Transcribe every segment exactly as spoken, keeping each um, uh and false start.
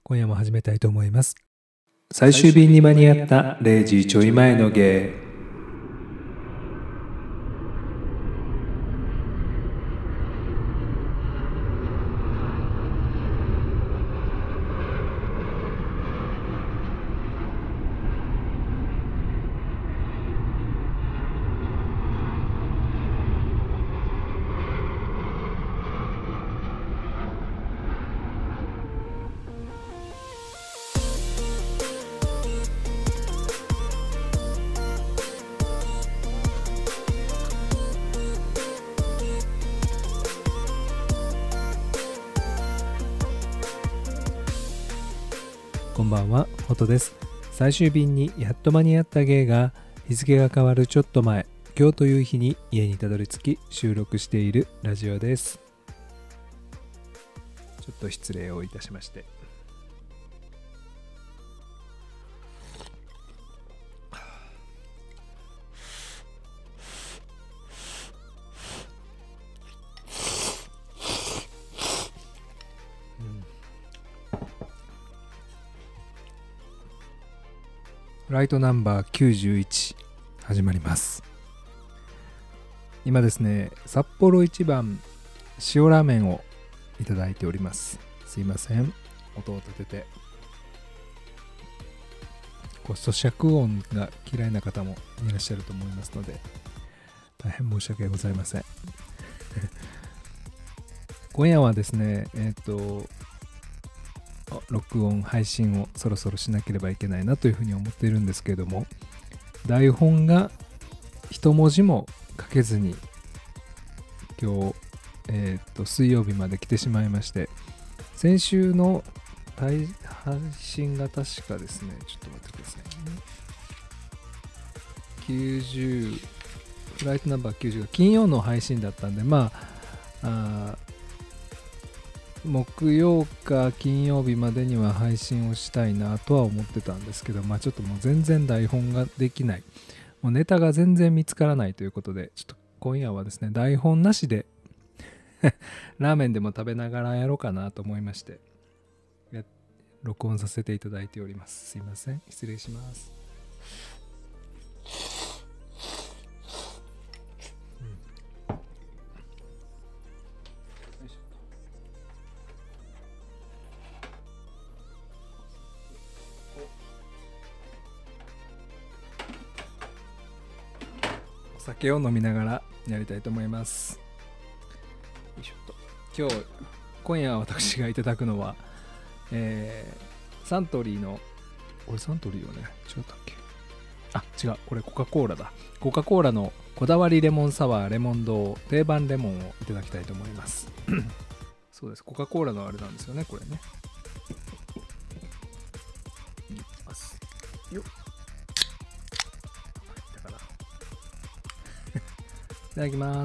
今夜も始めたいと思います。最終便に間に合ったれいじちょい前の芸。こんばんは、フォトです。最終便にやっと間に合った芸が日付が変わるちょっと前、今日という日に家にたどり着き収録しているラジオです。ちょっと失礼をいたしまして。フライトナンバーきゅうじゅういち始まります。今ですね、札幌一番塩ラーメンをいただいております。すいません、音を立てて。こう咀嚼音が嫌いな方もいらっしゃると思いますので、大変申し訳ございません。今夜はですね、えっと録音配信をそろそろしなければいけないなというふうに思っているんですけれども、台本が一文字も書けずに今日、えー、と水曜日まで来てしまいまして、先週の配信が確かですね、ちょっと待ってくださいね、きゅうじゅうフライトナンバーきゅうじゅうが金曜の配信だったんで、まあ、あ木曜か金曜日までには配信をしたいなとは思ってたんですけど、まあちょっともう全然台本ができない、もうネタが全然見つからないということで、ちょっと今夜はですね、台本なしでラーメンでも食べながらやろうかなと思いまして、録音させていただいております。すいません、失礼します。お酒を飲みながらやりたいと思います。よいしょっと。今日今夜私がいただくのは、えー、サントリーの、これサントリーよね、違ったっけ、あ、違う、これコカ・コーラだ。コカ・コーラのこだわりレモンサワーレモン堂定番レモンをいただきたいと思いますそうです、コカ・コーラのあれなんですよね、これね。いきますよっだからいただきます。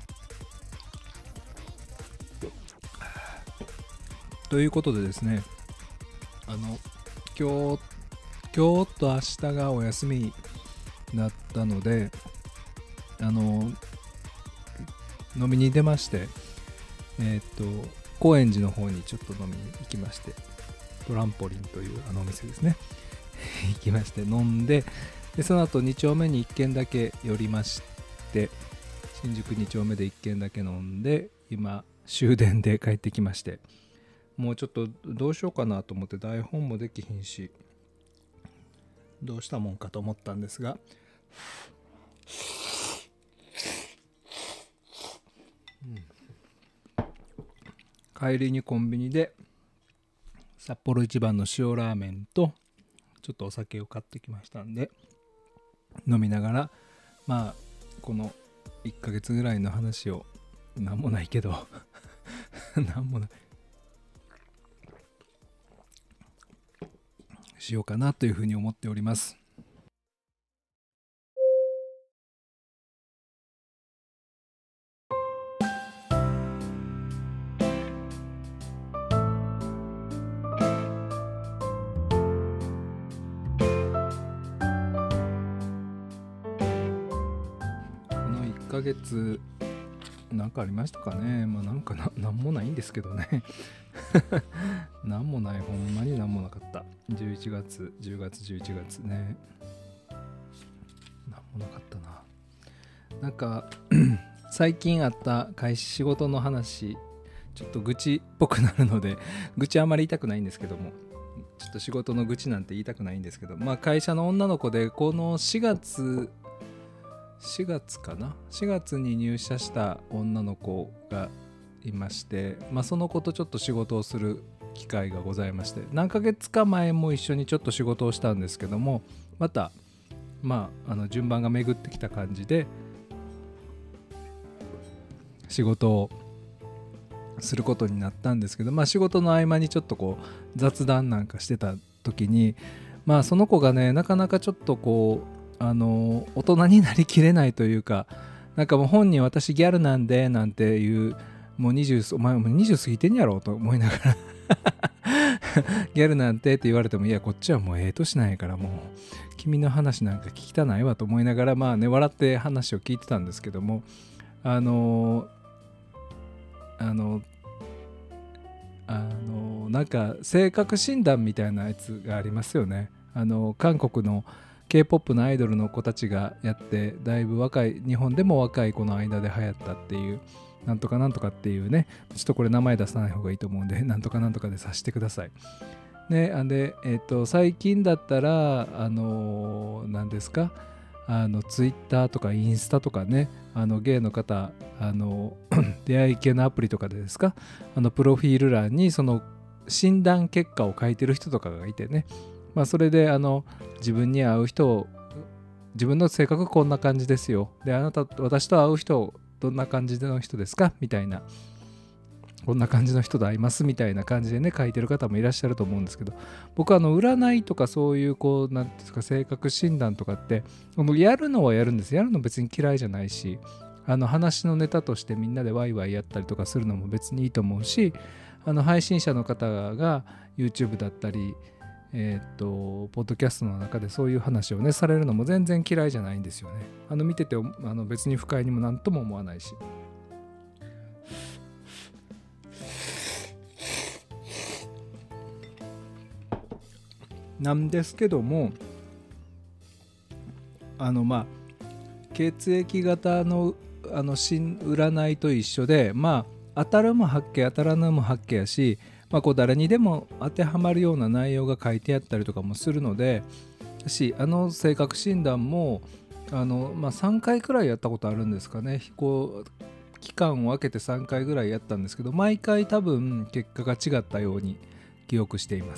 ということでですね、あの今日今日と明日がお休みになったので、あの飲みに出まして、えっと高円寺の方にちょっと飲みに行きまして、トランポリンというあのお店ですね行きまして飲んで、でその後に丁目にいっけんだけ寄りまして、新宿に丁目でいっけんだけ飲んで、今終電で帰ってきまして、もうちょっとどうしようかなと思って、台本もできひんしどうしたもんかと思ったんですが、うん、帰りにコンビニで札幌一番の塩ラーメンとちょっとお酒を買ってきましたんで、飲みながら、まあこのいっかげつぐらいの話を、なんもないけどなんもないしようかなというふうに思っております。このいっかげつなんかありましたかね。まあなんかな、なんもないんですけどね。なんもない、ほんまになんもなかった。じゅういちがつ、じゅうがつ、じゅういちがつね。なんもなかったな。なんか、最近あった会社仕事の話、ちょっと愚痴っぽくなるので、愚痴あまり言いたくないんですけども、ちょっと仕事の愚痴なんて言いたくないんですけど、まあ会社の女の子で、このしがつ、しがつかなしがつに入社した女の子がいまして、まあ、その子とちょっと仕事をする機会がございまして、何ヶ月か前も一緒にちょっと仕事をしたんですけども、またまああの順番が巡ってきた感じで仕事をすることになったんですけど、まあ仕事の合間にちょっとこう雑談なんかしてた時に、まあその子がね、なかなかちょっとこうあの大人になりきれないというか、なんかもう本人私ギャルなんでなんていう、もうにじゅう、お前もうにじゅう過ぎてんやろと思いながらギャルなんてって言われても、いやこっちはもうええ年なんやから、もう君の話なんか聞きたないわと思いながら、まあね笑って話を聞いてたんですけども、あのあのあのなんか性格診断みたいなやつがありますよね。あの韓国のK-ポップ のアイドルの子たちがやって、だいぶ若い、日本でも若い子の間で流行ったっていう、なんとかなんとかっていうね、ちょっとこれ名前出さない方がいいと思うんで、なんとかなんとかでさせてください。ね、あで、えっと、最近だったら、あのー、何ですか、あの、ツイッターとかインスタとかね、あの、ゲイの方、あの、出会い系のアプリとかでですか、あの、プロフィール欄に、その、診断結果を書いてる人とかがいてね、まあ、それであの自分に合う人を、自分の性格こんな感じですよ、であなた私と会う人どんな感じの人ですかみたいな、こんな感じの人と会いますみたいな感じでね書いてる方もいらっしゃると思うんですけど、僕はあの占いとかそういうこうなんていうんですか、性格診断とかってやるのはやるんです。やるの別に嫌いじゃないし、あの話のネタとしてみんなでワイワイやったりとかするのも別にいいと思うし、あの配信者の方が YouTube だったりえっとポッドキャストの中でそういう話をねされるのも全然嫌いじゃないんですよね。あの見ててあの別に不快にも何とも思わないし。なんですけども、あのまあ血液型のあの占いと一緒で、まあ当たるも八卦当たらぬも八卦やし、まあ、こう誰にでも当てはまるような内容が書いてあったりとかもするので、しあの性格診断もあの、まあ、さんかいくらいやったことあるんですかね。こう期間を空けてさんかいぐらいやったんですけど、毎回多分結果が違ったように記憶しています。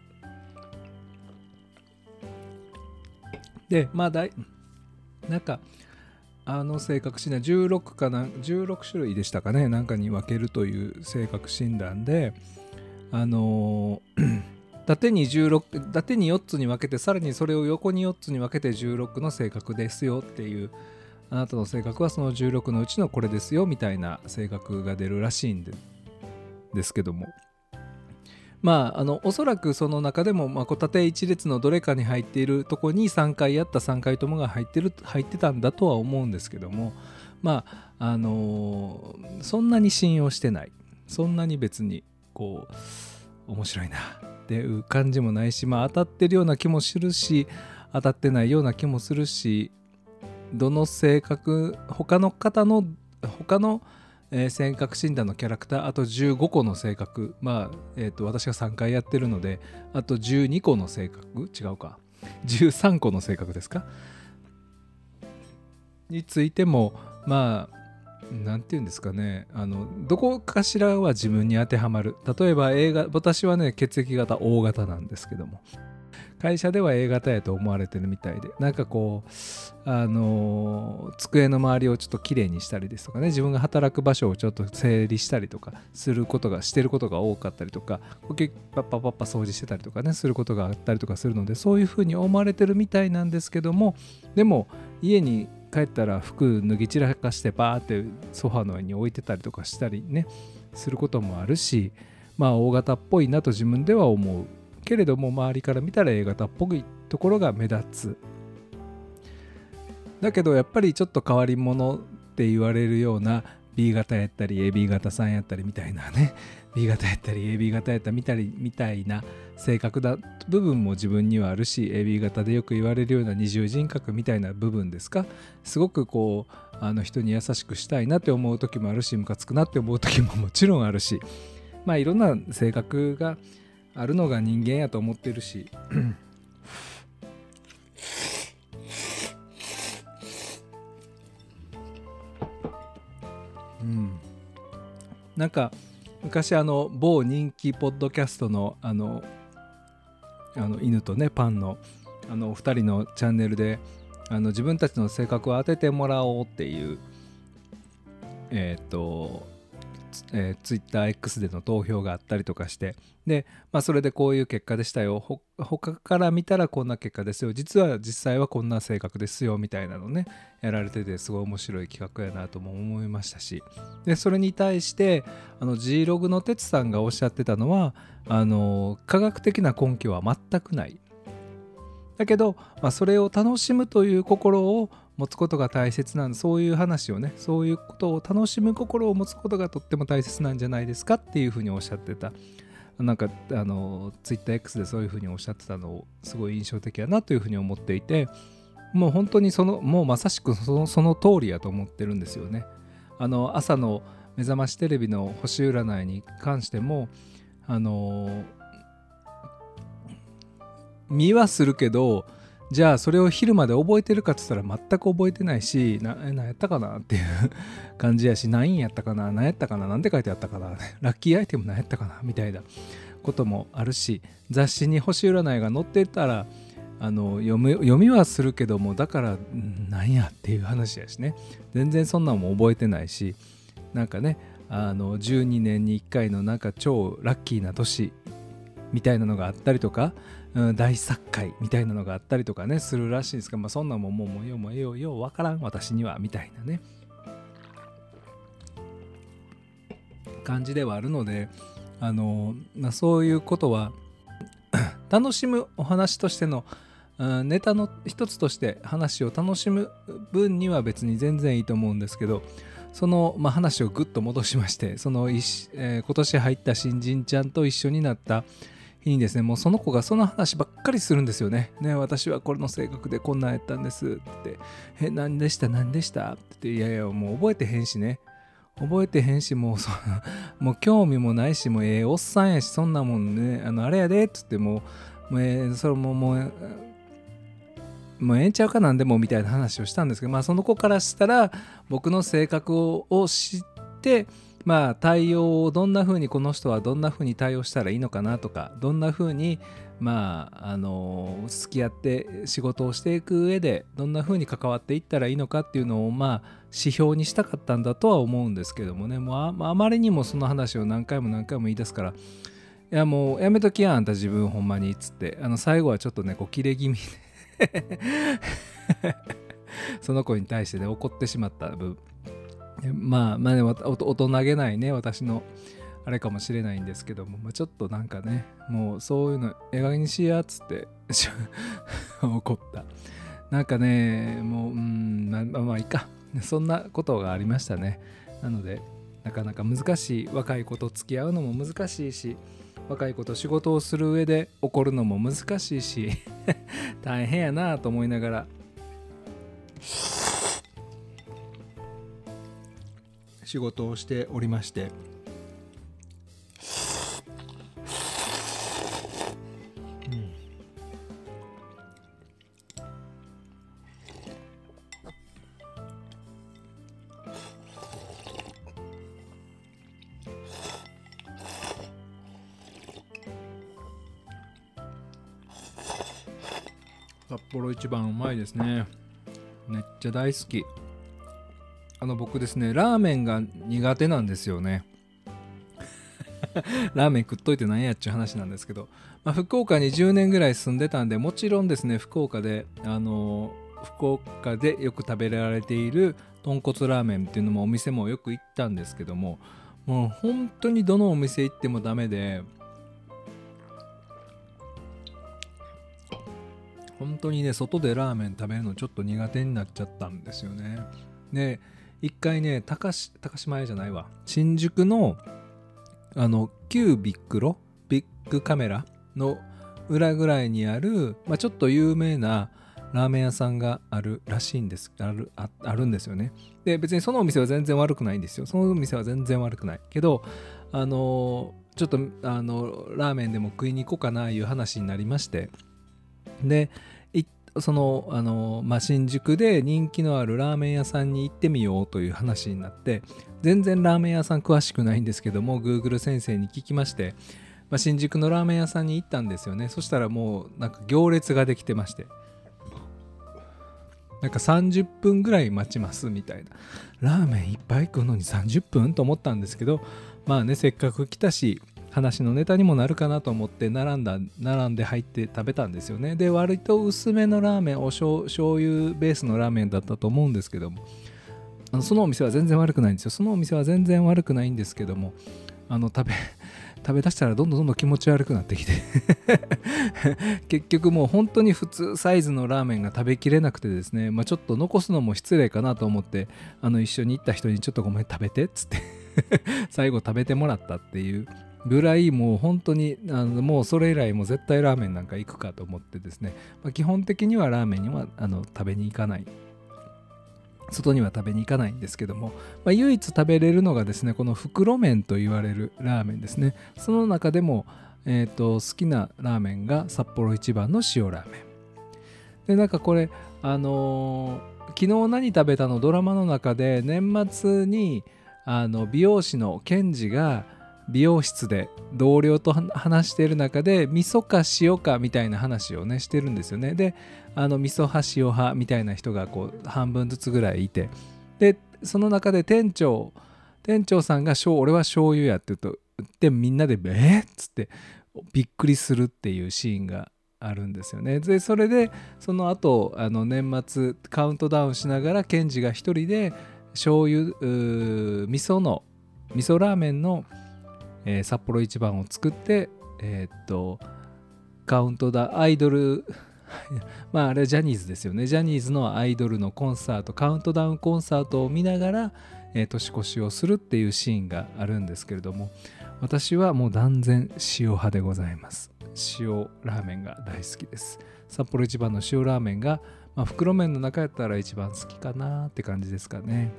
でまあだいなんかあの性格診断じゅうろくかなじゅうろく種類でしたかね、なんかに分けるという性格診断で、あのー、縦にじゅうろく縦によっつに分けて、さらにそれを横によっつに分けてじゅうろくの性格ですよっていう、あなたの性格はそのじゅうろくのうちのこれですよみたいな性格が出るらしいんでですけども、まああのおそらくその中でも、まあ、こう縦一列のどれかに入っているとこにさんかいやったさんかいともが入ってる入ってたんだとは思うんですけども、まああのー、そんなに信用してない、そんなに別にこう面白いなっていう感じもないし、まあ当たってるような気もするし当たってないような気もするし、どの性格他の方の他のえー、性格診断のキャラクターあとじゅうごこの性格、まあ、えー、と私がさんかいやってるのであとじゅうにこの性格、違うかじゅうさんこの性格ですかについても、まあなんていうんですかね、あのどこかしらは自分に当てはまる。例えば A 型、私はね血液型 O 型なんですけども、会社では A 型やと思われてるみたいで、なんかこうあのー、机の周りをちょっときれいにしたりですとかね、自分が働く場所をちょっと整理したりとかすることがしてることが多かったりとか、パッパパッパ掃除してたりとかねすることがあったりとかするので、そういうふうに思われてるみたいなんですけども、でも家に帰ったら服脱ぎ散らかしてバーってソファの上に置いてたりとかしたりねすることもあるし、まあ O 型っぽいなと自分では思うけれども、周りから見たら A 型っぽいところが目立つ。だけどやっぱりちょっと変わり者って言われるようなビー 型やったり エービー 型さんやったりみたいなねビー 型やったり エービー 型やったりみたいみたいな性格だ部分も自分にはあるし、 エービー 型でよく言われるような二重人格みたいな部分ですか、すごくこうあの人に優しくしたいなって思う時もあるし、ムカつくなって思う時ももちろんあるし、まあいろんな性格があるのが人間やと思ってるしうん、なんか昔あの某人気ポッドキャストのあのあの犬とねパンのあのお二人のチャンネルであの自分たちの性格を当ててもらおうっていうえっ、ー、とえー、ツイッター X での投票があったりとかして、で、まあ、それでこういう結果でしたよ、ほ他から見たらこんな結果ですよ、実は実際はこんな性格ですよみたいなのねやられてて、すごい面白い企画やなとも思いましたし、でそれに対してあの G ログの哲さんがおっしゃってたのは、あの科学的な根拠は全くない、だけど、まあ、それを楽しむという心を持つことが大切なんだ、そういう話をね、そういうことを楽しむ心を持つことがとっても大切なんじゃないですかっていうふうにおっしゃってた、なんかあのツイッター X でそういうふうにおっしゃってたのをすごい印象的やなというふうに思っていて、もう本当にそのもうまさしくそのその通りやと思ってるんですよね。あの朝の目覚ましテレビの星占いに関しても、あの見はするけど、じゃあそれを昼まで覚えてるかって言ったら全く覚えてないし、な何やったかなっていう感じやし、何やったかな、何やったかな、なんて書いてあったかな、ラッキーアイテム何やったかなみたいなこともあるし、雑誌に星占いが載ってたらあの読む読みはするけども、だから何やっていう話やしね、全然そんなんも覚えてないし、なんかね、あのじゅうにねんにいっかいのなんか超ラッキーな年みたいなのがあったりとか、うん、大作会みたいなのがあったりとかねするらしいんですが、まあ、そんなもんもうもうようもようようわからん私にはみたいなね感じではあるので、あの、まあ、そういうことは楽しむお話としての、うん、ネタの一つとして話を楽しむ分には別に全然いいと思うんですけど、その、まあ、話をぐっと戻しまして、その、えー、今年入った新人ちゃんと一緒になった日にですね、もうその子がその話ばっかりするんですよね。ね、私はこれの性格でこんなんやったんですって言って、え、何でした何でしたって言って、いやいやもう覚えてへんしね。覚えてへんし、もうそもう興味もないし、もうええおっさんやし、そんなもんね、あのあれやでって言ってもう、もうえー、それももう、もうええんちゃうかなんでもみたいな話をしたんですけど、まあその子からしたら僕の性格をを知って、まあ対応をどんな風にこの人はどんな風に対応したらいいのかなとか、どんな風にまああの付き合って仕事をしていく上でどんな風に関わっていったらいいのかっていうのをまあ指標にしたかったんだとは思うんですけどもね、もう あ, あまりにもその話を何回も何回も言い出すから、いやもうやめときやあんた自分ほんまにっつって、あの最後はちょっとねこう切れ気味でその子に対してね怒ってしまった部分、まあまあね、大人げないね私のあれかもしれないんですけども、まあ、ちょっとなんかねもうそういうのええ加減にしやっつって怒った。なんかねもううんまあまあまあいいか、そんなことがありましたね。なのでなかなか難しい、若い子と付き合うのも難しいし、若い子と仕事をする上で怒るのも難しいし大変やなと思いながら仕事をしておりまして、うん、札幌一番うまいですね。めっちゃ大好き。あの僕ですね、ラーメンが苦手なんですよねラーメン食っといてなんやっちゅう話なんですけど、まあ、福岡にじゅうねんぐらい住んでたんで、もちろんですね福岡であの福岡でよく食べられている豚骨ラーメンっていうのもお店もよく行ったんですけども、もう本当にどのお店行ってもダメで、本当にね外でラーメン食べるのちょっと苦手になっちゃったんですよね。で一回ね高し高島屋じゃないわ新宿のあの旧ビッグロビッグカメラの裏ぐらいにある、まあ、ちょっと有名なラーメン屋さんがあるらしいんですある あ, あるんですよね。で別にそのお店は全然悪くないんですよ。そのお店は全然悪くないけど、あのー、ちょっとあのラーメンでも食いに行こうかないう話になりまして、でそのあの、まあ、新宿で人気のあるラーメン屋さんに行ってみようという話になって、全然ラーメン屋さん詳しくないんですけども Google 先生に聞きまして、まあ、新宿のラーメン屋さんに行ったんですよね。そしたらもうなんか行列ができてまして、なんかさんじゅっぷんぐらい待ちますみたいな。ラーメンいっぱい食うのにさんじゅっぷんと思ったんですけど、まあねせっかく来たし話のネタにもなるかなと思って並んだ並んで入って食べたんですよね。で割と薄めのラーメンお醤油ベースのラーメンだったと思うんですけども、あのそのお店は全然悪くないんですよ。そのお店は全然悪くないんですけども、あの食べ食べ出したらどんどんどんどん気持ち悪くなってきて結局もう本当に普通サイズのラーメンが食べきれなくてですね、まあ、ちょっと残すのも失礼かなと思って、あの一緒に行った人にちょっとごめん食べてっつって最後食べてもらったっていうぐらい、もう本当にあのもうそれ以来もう絶対ラーメンなんか行くかと思ってですね、まあ、基本的にはラーメンにはあの食べに行かない、外には食べに行かないんですけども、まあ、唯一食べれるのがですねこの袋麺と言われるラーメンですね。その中でも、えーと、好きなラーメンが札幌一番の塩ラーメンで、なんかこれあのー、昨日何食べたのドラマの中で年末にあの美容師のケンジが美容室で同僚と話している中で味噌か塩かみたいな話をねしてるんですよね。であの味噌派塩派みたいな人がこう半分ずつぐらいいて、でその中で店長店長さんが俺は醤油やって言うとでみんなでえっつってびっくりするっていうシーンがあるんですよね。でそれでその後あの年末カウントダウンしながらケンジが一人で醤油味噌の味噌ラーメンのえー、札幌一番を作って、えー、っとカウントダウンアイドルまああれはジャニーズですよね。ジャニーズのアイドルのコンサートカウントダウンコンサートを見ながら、えー、年越しをするっていうシーンがあるんですけれども、私はもう断然塩派でございます。塩ラーメンが大好きです。札幌一番の塩ラーメンが、まあ、袋麺の中やったら一番好きかなって感じですかね。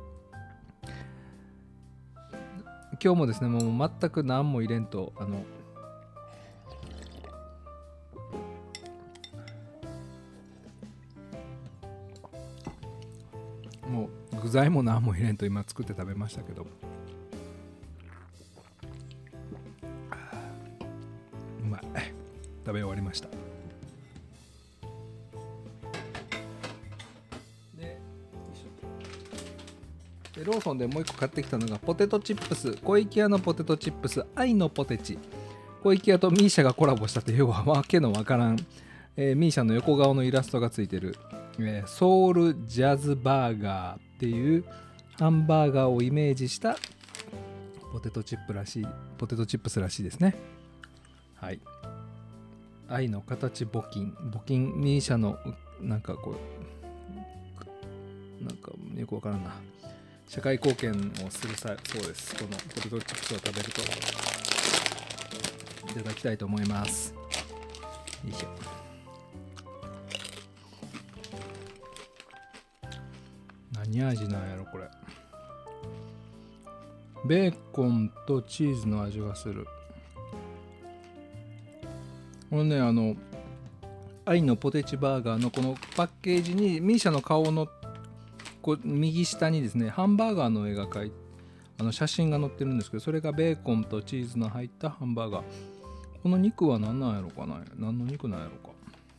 今日もですねもう全く何も入れんとあのもう具材も何も入れんと今作って食べましたけど、うまい。食べ終わりました。でローソンでもう一個買ってきたのがポテトチップス、小池屋のポテトチップス愛のポテチ。小池屋とミーシャがコラボしたっていうわけのわからん、えー、ミーシャの横顔のイラストがついてる、えー、ソウルジャズバーガーっていうハンバーガーをイメージしたポテトチップらしいポテトチップスらしいですね。はい。愛の形募金募金ミーシャのなんかこうなんかよくわからんな社会貢献をするさそうです。このポテトチップスを食べるといただきたいと思います。よいしょ。何味なんやろこれ。ベーコンとチーズの味がする。これねあの愛のポテチバーガーのこのパッケージにミーシャの顔のこう右下にですねハンバーガーの絵が描いてあの写真が載ってるんですけど、それがベーコンとチーズの入ったハンバーガー。この肉は何なんやろかな、何の肉なんやろか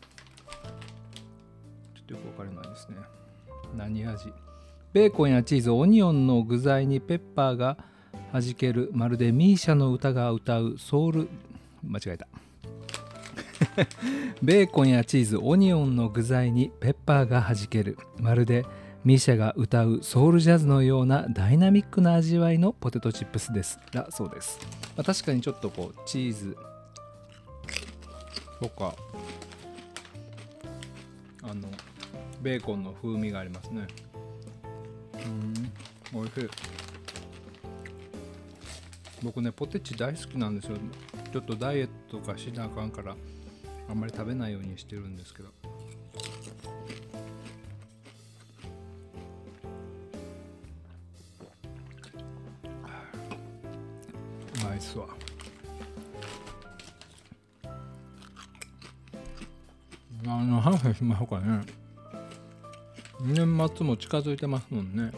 ちょっとよく分からないですね。何味。ベーコンやチーズオニオンの具材にペッパーが弾ける、まるでミーシャの歌が歌うソウル間違えたベーコンやチーズオニオンの具材にペッパーが弾ける、まるでミーシャが歌うソウルジャズのようなダイナミックな味わいのポテトチップスですだそうです。まあ、確かにちょっとこうチーズとかあのベーコンの風味がありますね。うんおいしい。僕ねポテチ大好きなんですよ。ちょっとダイエットとかしなあかんからあんまり食べないようにしてるんですけど、うまいっすわ。あの話しましょうかね。年末も近づいてますもんね。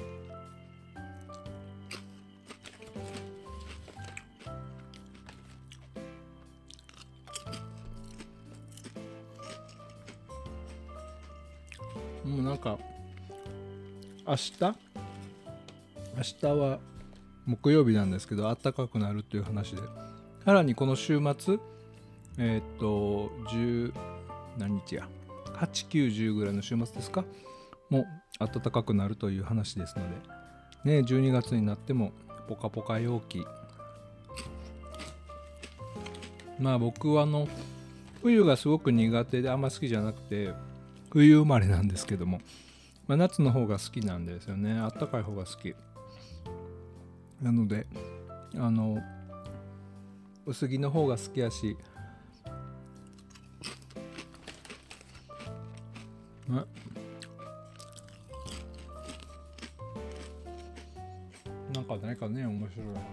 もうなんか明日明日は木曜日なんですけど、暖かくなるっていう話で、さらにこの週末えー、っとじゅう何日やはち、きゅう、じゅうぐらいの週末ですか、もう暖かくなるという話ですのでね。じゅうにがつになってもポカポカ陽気。まあ僕はあの冬がすごく苦手であんま好きじゃなくて、冬生まれなんですけども、まあ、夏の方が好きなんですよね。あったかい方が好きなので、あの薄着の方が好きやし、なんかないかね、面白い話。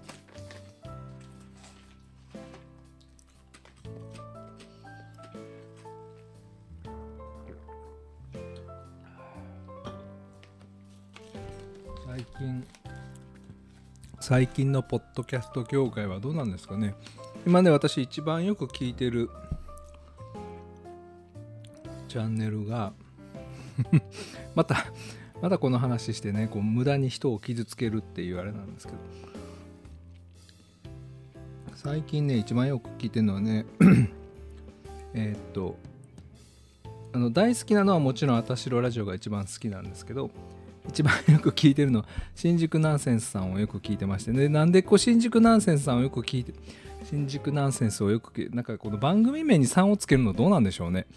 最近最近のポッドキャスト業界はどうなんですかね。今ね、私一番よく聞いてるチャンネルがまたまたこの話してね、こう無駄に人を傷つけるっていうあれなんですけど、最近ね一番よく聞いてるのはねえーっとあの大好きなのはもちろんあたしろラジオが一番好きなんですけど、一番よく聞いてるのは新宿ナンセンスさんをよく聞いてましてね。なんでこう新宿ナンセンスさんをよく聞いて新宿ナンセンスをよく聞いて、なんかこの番組名にさんをつけるのどうなんでしょうね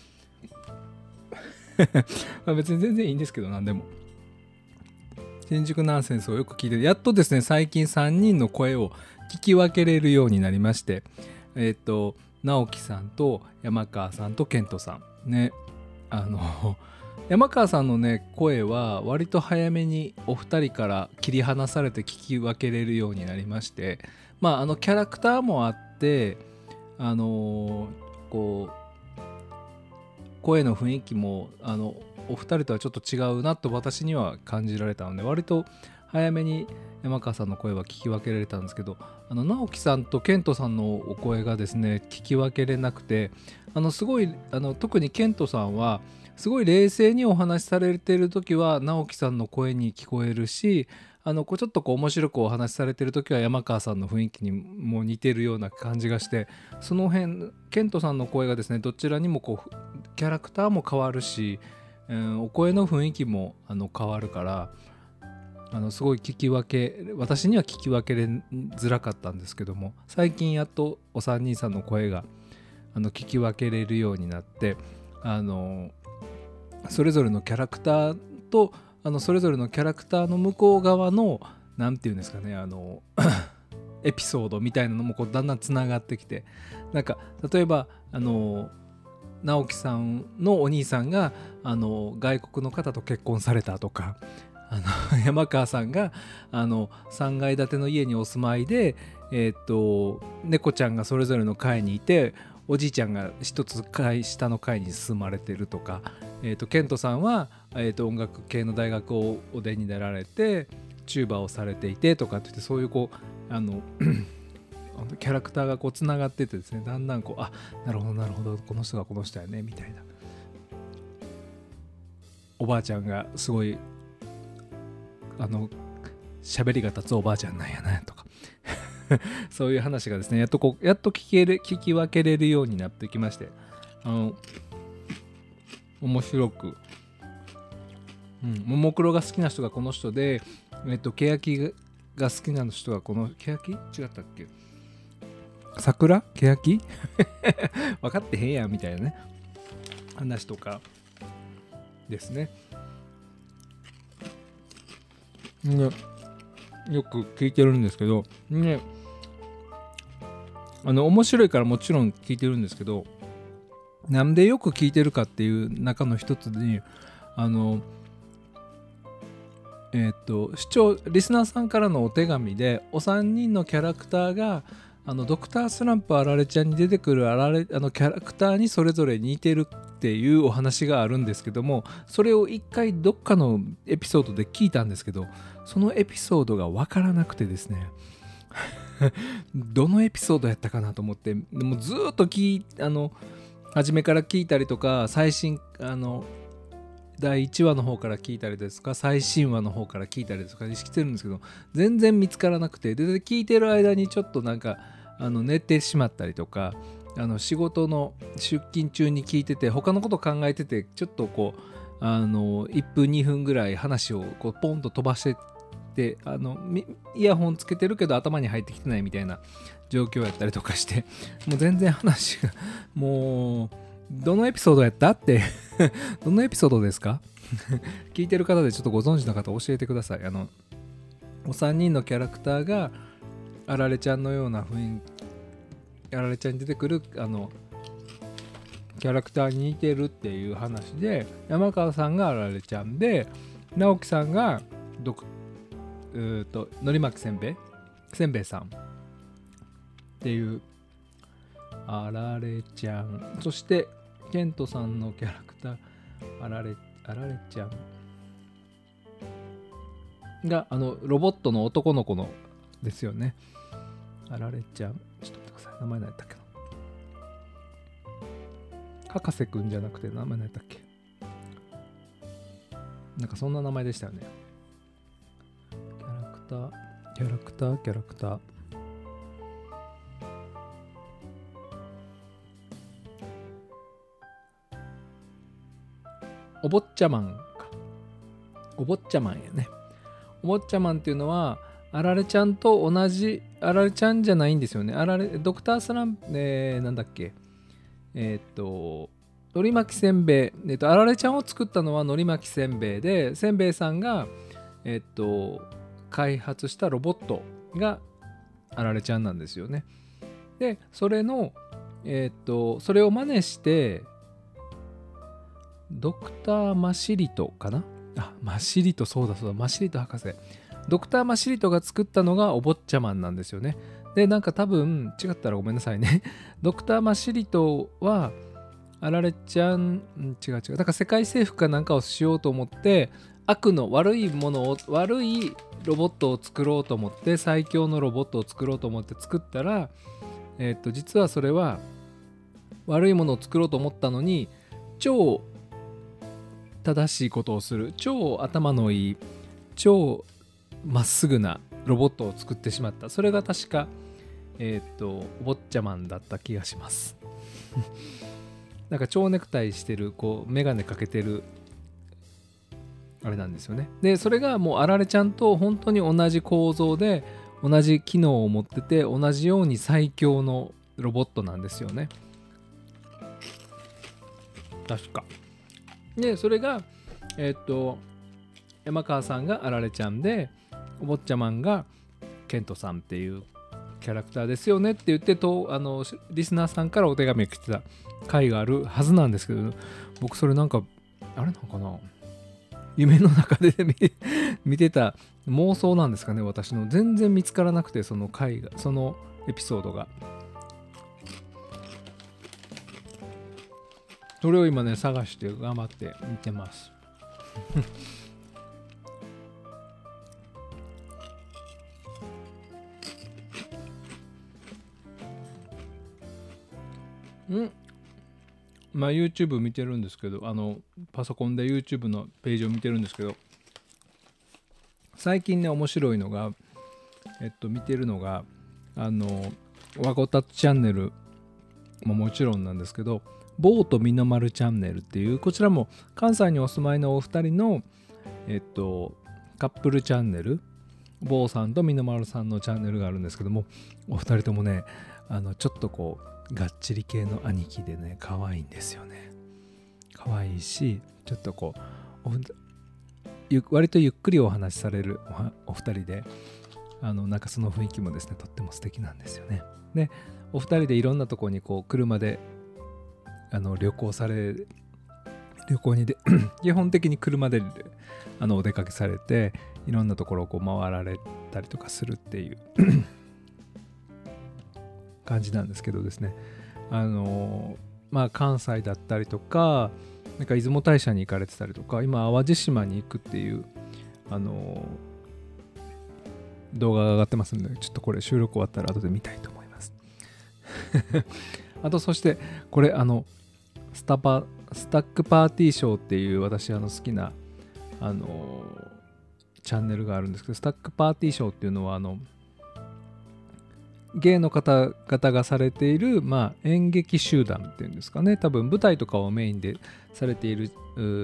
まあ別に全然いいんですけど、なんでも新宿ナンセンスをよく聞いて、やっとですね最近さんにんの声を聞き分けれるようになりまして、えっと直樹さんと山川さんと健人さんね、あの山川さんのね声は割と早めにお二人から切り離されて聞き分けれるようになりまして、まああのキャラクターもあって、あのこう声の雰囲気もあのお二人とはちょっと違うなと私には感じられたので、割と早めに山川さんの声は聞き分けられたんですけど、あの直樹さんと健人さんのお声がですね聞き分けれなくて、あのすごいあの特に健人さんはすごい冷静にお話しされている時は直樹さんの声に聞こえるし、あのこうちょっとこう面白くお話しされている時は山川さんの雰囲気にも似てるような感じがして、その辺健人さんの声がですねどちらにもこうキャラクターも変わるし、うん、お声の雰囲気もあの変わるから、あのすごい聞き分け私には聞き分けれづらかったんですけども、最近やっとお三人さんの声があの聞き分けれるようになって、あのそれぞれのキャラクターとあのそれぞれのキャラクターの向こう側のなんていうんですかね、あのエピソードみたいなのもこうだんだんつながってきて、なんか例えばあの直樹さんのお兄さんがあの外国の方と結婚されたとか、あの山川さんがあのさんがい建ての家にお住まいで、えー、っと猫ちゃんがそれぞれの階にいて、おじいちゃんが一つ階下の階に住まれてるとか、えー、とケントさんは、えー、と音楽系の大学をお出になられてチューバーをされていてとかって言って、そういうこうあのキャラクターがこうつながっててですね、だんだんこうあなるほどなるほどこの人がこの人やねみたいな、おばあちゃんがすごいあの喋りが立つおばあちゃんなんやなとかそういう話がですねやっとこうやっと聞ける聞き分けれるようになってきまして、あの面白く、うん、ももクロが好きな人がこの人で、えっと欅が好きな人がこの欅違ったっけ、桜欅分かってへんやんみたいなね話とかですね。 ね、よく聞いてるんですけどね、あの面白いからもちろん聞いてるんですけど、なんでよく聞いてるかっていう中の一つに、あのえっと視聴リスナーさんからのお手紙で、お三人のキャラクターがあのドクタースランプあられちゃんに出てくるあられあのキャラクターにそれぞれ似てるっていうお話があるんですけども、それを一回どっかのエピソードで聞いたんですけど、そのエピソードが分からなくてですねどのエピソードやったかなと思って、でもずーっと聞いあの初めから聞いたりとか、最新あのだいいちわの方から聞いたりですか、最新話の方から聞いたりですかしてるんですけど、全然見つからなくて、で聞いてる間にちょっとなんかあの寝てしまったりとか、あの仕事の出勤中に聞いてて他のこと考えてて、ちょっとこうあのいっぷんにふんぐらい話をこうポンと飛ばしてて、あのイヤホンつけてるけど頭に入ってきてないみたいな状況やったりとかして、もう全然話がもうどのエピソードやったってどのエピソードですか聞いてる方でちょっとご存知の方教えてください。あのお三人のキャラクターがあられちゃんのような雰囲気、あられちゃんに出てくるあのキャラクターに似てるっていう話で、山川さんがあられちゃんで、直樹さんがどくうーとのり巻きせんべいせんべいさんっていうあられちゃん、そしてケントさんのキャラクターあられあられちゃんがあのロボットの男の子のですよね。あられちゃん、ちょっと待ってください、名前何やったっけな、博士くんじゃなくて名前何やったっけ、なんかそんな名前でしたよね。キャラクターキャラクターキャラクターお坊ちゃまんか。お坊ちゃまんやね。お坊ちゃまんっていうのは、あられちゃんと同じ、あられちゃんじゃないんですよね。あられ、ドクタースランプ、えー、なんだっけ。えーっと、のり巻きせんべい。えーっと、あられちゃんを作ったのはのり巻きせんべいで、せんべいさんが、えーっと、開発したロボットがあられちゃんなんですよね。で、それの、えーっと、それを真似して、ドクターマシリトかなあ、マシリト、そうだそうだ、マシリト博士。ドクターマシリトが作ったのがお坊ちゃまんなんですよね。で、なんか多分、違ったらごめんなさいね。ドクターマシリトは、あられちゃん、ん違う違う。だから世界征服かなんかをしようと思って、悪の悪いものを、悪いロボットを作ろうと思って、最強のロボットを作ろうと思って作ったら、えっと、実はそれは、悪いものを作ろうと思ったのに、超正しいことをする、超頭のいい、超まっすぐなロボットを作ってしまった。それが確かえっ、とお坊ちゃまんだった気がしますなんか蝶ネクタイしてる、こうメガネかけてるあれなんですよね。でそれがもうあられちゃんと本当に同じ構造で同じ機能を持ってて、同じように最強のロボットなんですよね、確か。でそれがえっ、と山川さんがあられちゃんで、お坊ちゃまんがケントさんっていうキャラクターですよねって言ってと、あのリスナーさんからお手紙が来てた回があるはずなんですけど、僕それなんかあれなのかな、夢の中で見見てた妄想なんですかね、私の。全然見つからなくて、その回が、そのエピソードが。それを今ね探して頑張って見てますんまあ YouTube 見てるんですけど、あのパソコンで YouTube のページを見てるんですけど、最近ね面白いのが、えっと見てるのが、あのワゴタツチャンネルももちろんなんですけど、ボートミノマルチャンネルっていう、こちらも関西にお住まいのお二人のえっとカップルチャンネル、ボーさんとミノマルさんのチャンネルがあるんですけども、お二人ともね、あのちょっとこうがっちり系の兄貴でね、可愛いんですよね。可愛いし、ちょっとこうゆ割とゆっくりお話しされる お, お二人で、あのなんかその雰囲気もですねとっても素敵なんですよね。でお二人でいろんなところにこう車であの旅行され旅行にで基本的に車であのお出かけされて、いろんなところをこう回られたりとかするっていう感じなんですけどですね、あのまあ関西だったりとか、なんか出雲大社に行かれてたりとか、今淡路島に行くっていうあの動画が上がってますので、ちょっとこれ収録終わったら後で見たいと思いますあとそしてこれあのスタパスタックパーティーショーっていう私あの好きなあのチャンネルがあるんですけど、スタックパーティーショーっていうのはあの芸の方々がされている、まあ、演劇集団っていうんですかね、多分舞台とかをメインでされている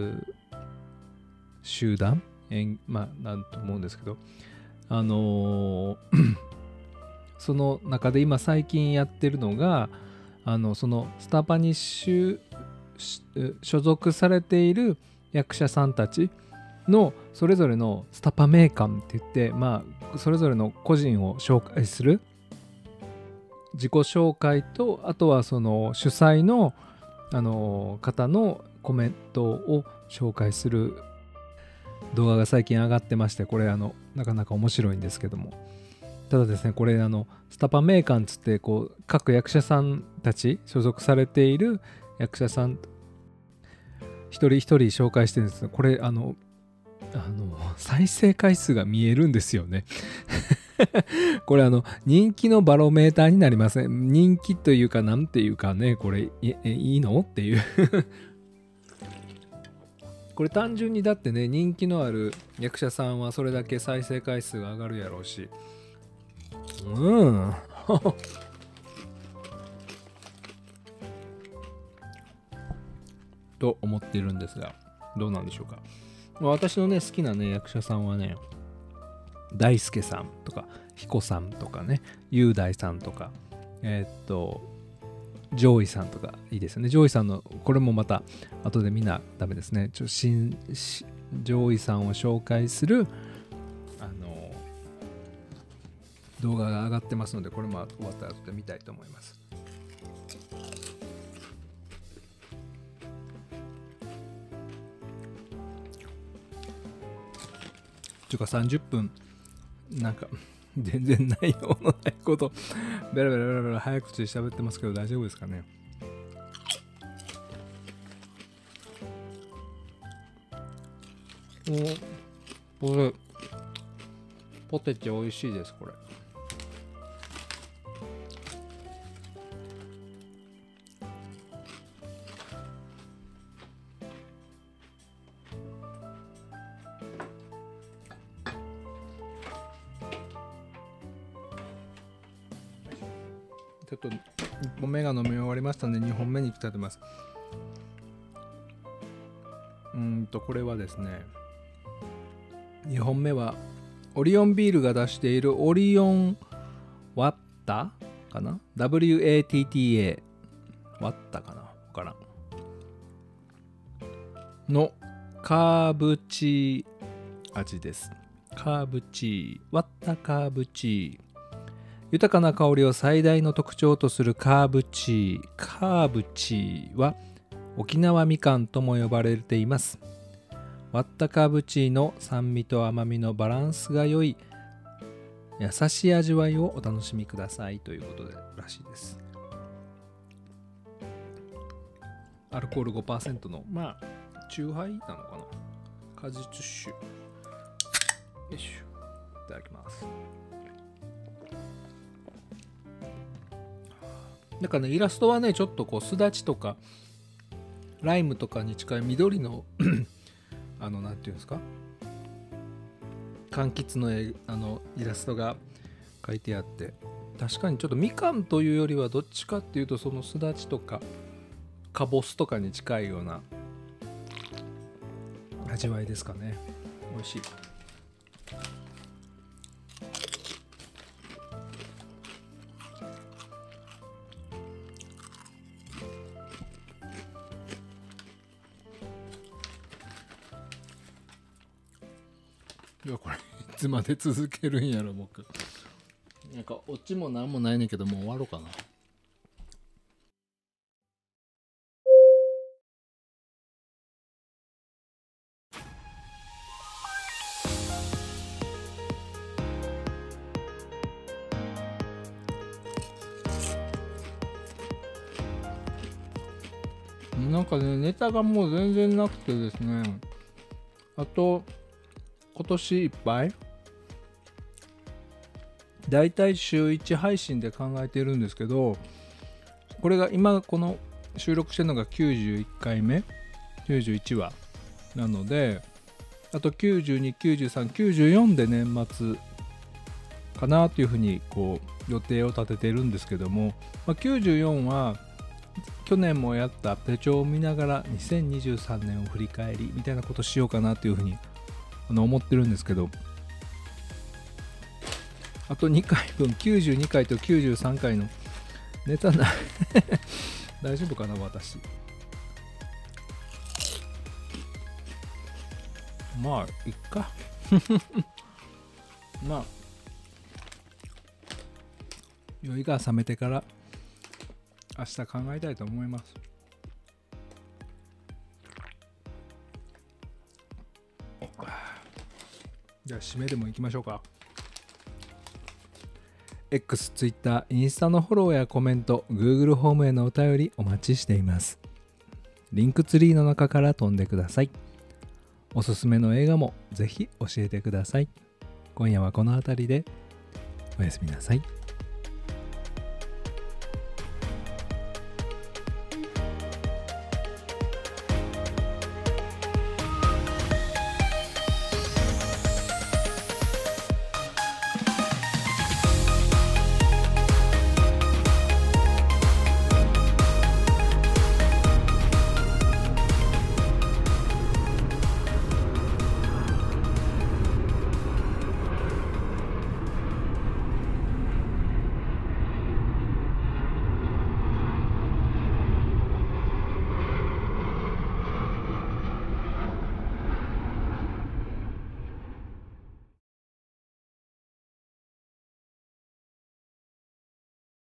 集団、まあなんと思うんですけど、あのー、その中で今最近やってるのが、あのそのスタパに所属されている役者さんたちのそれぞれのスタパ名鑑って言って、まあ、それぞれの個人を紹介する自己紹介と、あとはその主催の、あの方のコメントを紹介する動画が最近上がってまして、これあのなかなか面白いんですけども、ただですね、これあのスタパ名鑑つってこう各役者さんたち所属されている役者さん一人一人紹介してるんですけど、これあのあの再生回数が見えるんですよねこれあの人気のバロメーターになりません。人気というかなんていうかね、これ い, いいのっていうこれ単純にだってね、人気のある役者さんはそれだけ再生回数が上がるやろうし、うんと思っているんですが、どうなんでしょうか。私のね好きなね役者さんはね、大輔さんとか彦さんとかね、雄大さんとか、えー、っと上位さんとかいいですよね。上位さんのこれもまた後で見なダメですね。ちょ新上位さんを紹介するあの動画が上がってますので、これも終わったら後で見たいと思います。ちゅうかさんじゅっぷんなんか全然内容のないことベラベラベラベラ早口で喋ってますけど大丈夫ですかね。おこれポテチ美味しいです。これちょっといっぽんめが飲み終わりましたのでにほんめに行きたいと思います。うーんとこれはですね、にほんめはオリオンビールが出しているオリオンワッタかな ダブリューエーティーティーエー ワッタかなわからんのカーブチー味です。カーブチーワッタカーブチー、豊かな香りを最大の特徴とするカーブチー。カーブチーは沖縄みかんとも呼ばれています。ワッタカーブチーの酸味と甘みのバランスが良い優しい味わいをお楽しみくださいということでらしいです。アルコール ごパーセント のまあチューハイなのかな、果実酒。よいしょ、いただきます。なんかね、イラストはね、ちょっとこうすだちとかライムとかに近い緑のあのなんていうんですか、柑橘の絵あのイラストが書いてあって、確かにちょっとみかんというよりはどっちかっていうとそのすだちとかかぼすとかに近いような味わいですかね。美味しい。 いやこれいつまで続けるんやろ僕。なんかオチもなんもないねんけど、もう終わろうかな。なんかね、ネタがもう全然なくてですね、あと今年いっぱいだいたい週いち配信で考えているんですけど、これが今この収録してるのがきゅうじゅういっかいめ、きゅうじゅういちわなので、あときゅうじゅうに、きゅうじゅうさん、きゅうじゅうよんで年末かなというふうにこう予定を立てているんですけども、まあ、きゅうじゅうよんは去年もやった手帳を見ながらにせんにじゅうさんねんを振り返りみたいなことしようかなというふうにあの思ってるんですけど、あとにかいぶん、きゅうじゅうにかいときゅうじゅうさんかいのネタない大丈夫かな私。まあいっかまあ酔いが冷めてから明日考えたいと思います。じゃあ締めでもいきましょうか。 X、Twitter、インスタのフォローやコメント、 Google ホームへのお便りお待ちしています。リンクツリーの中から飛んでください。おすすめの映画もぜひ教えてください。今夜はこの辺りでおやすみなさい。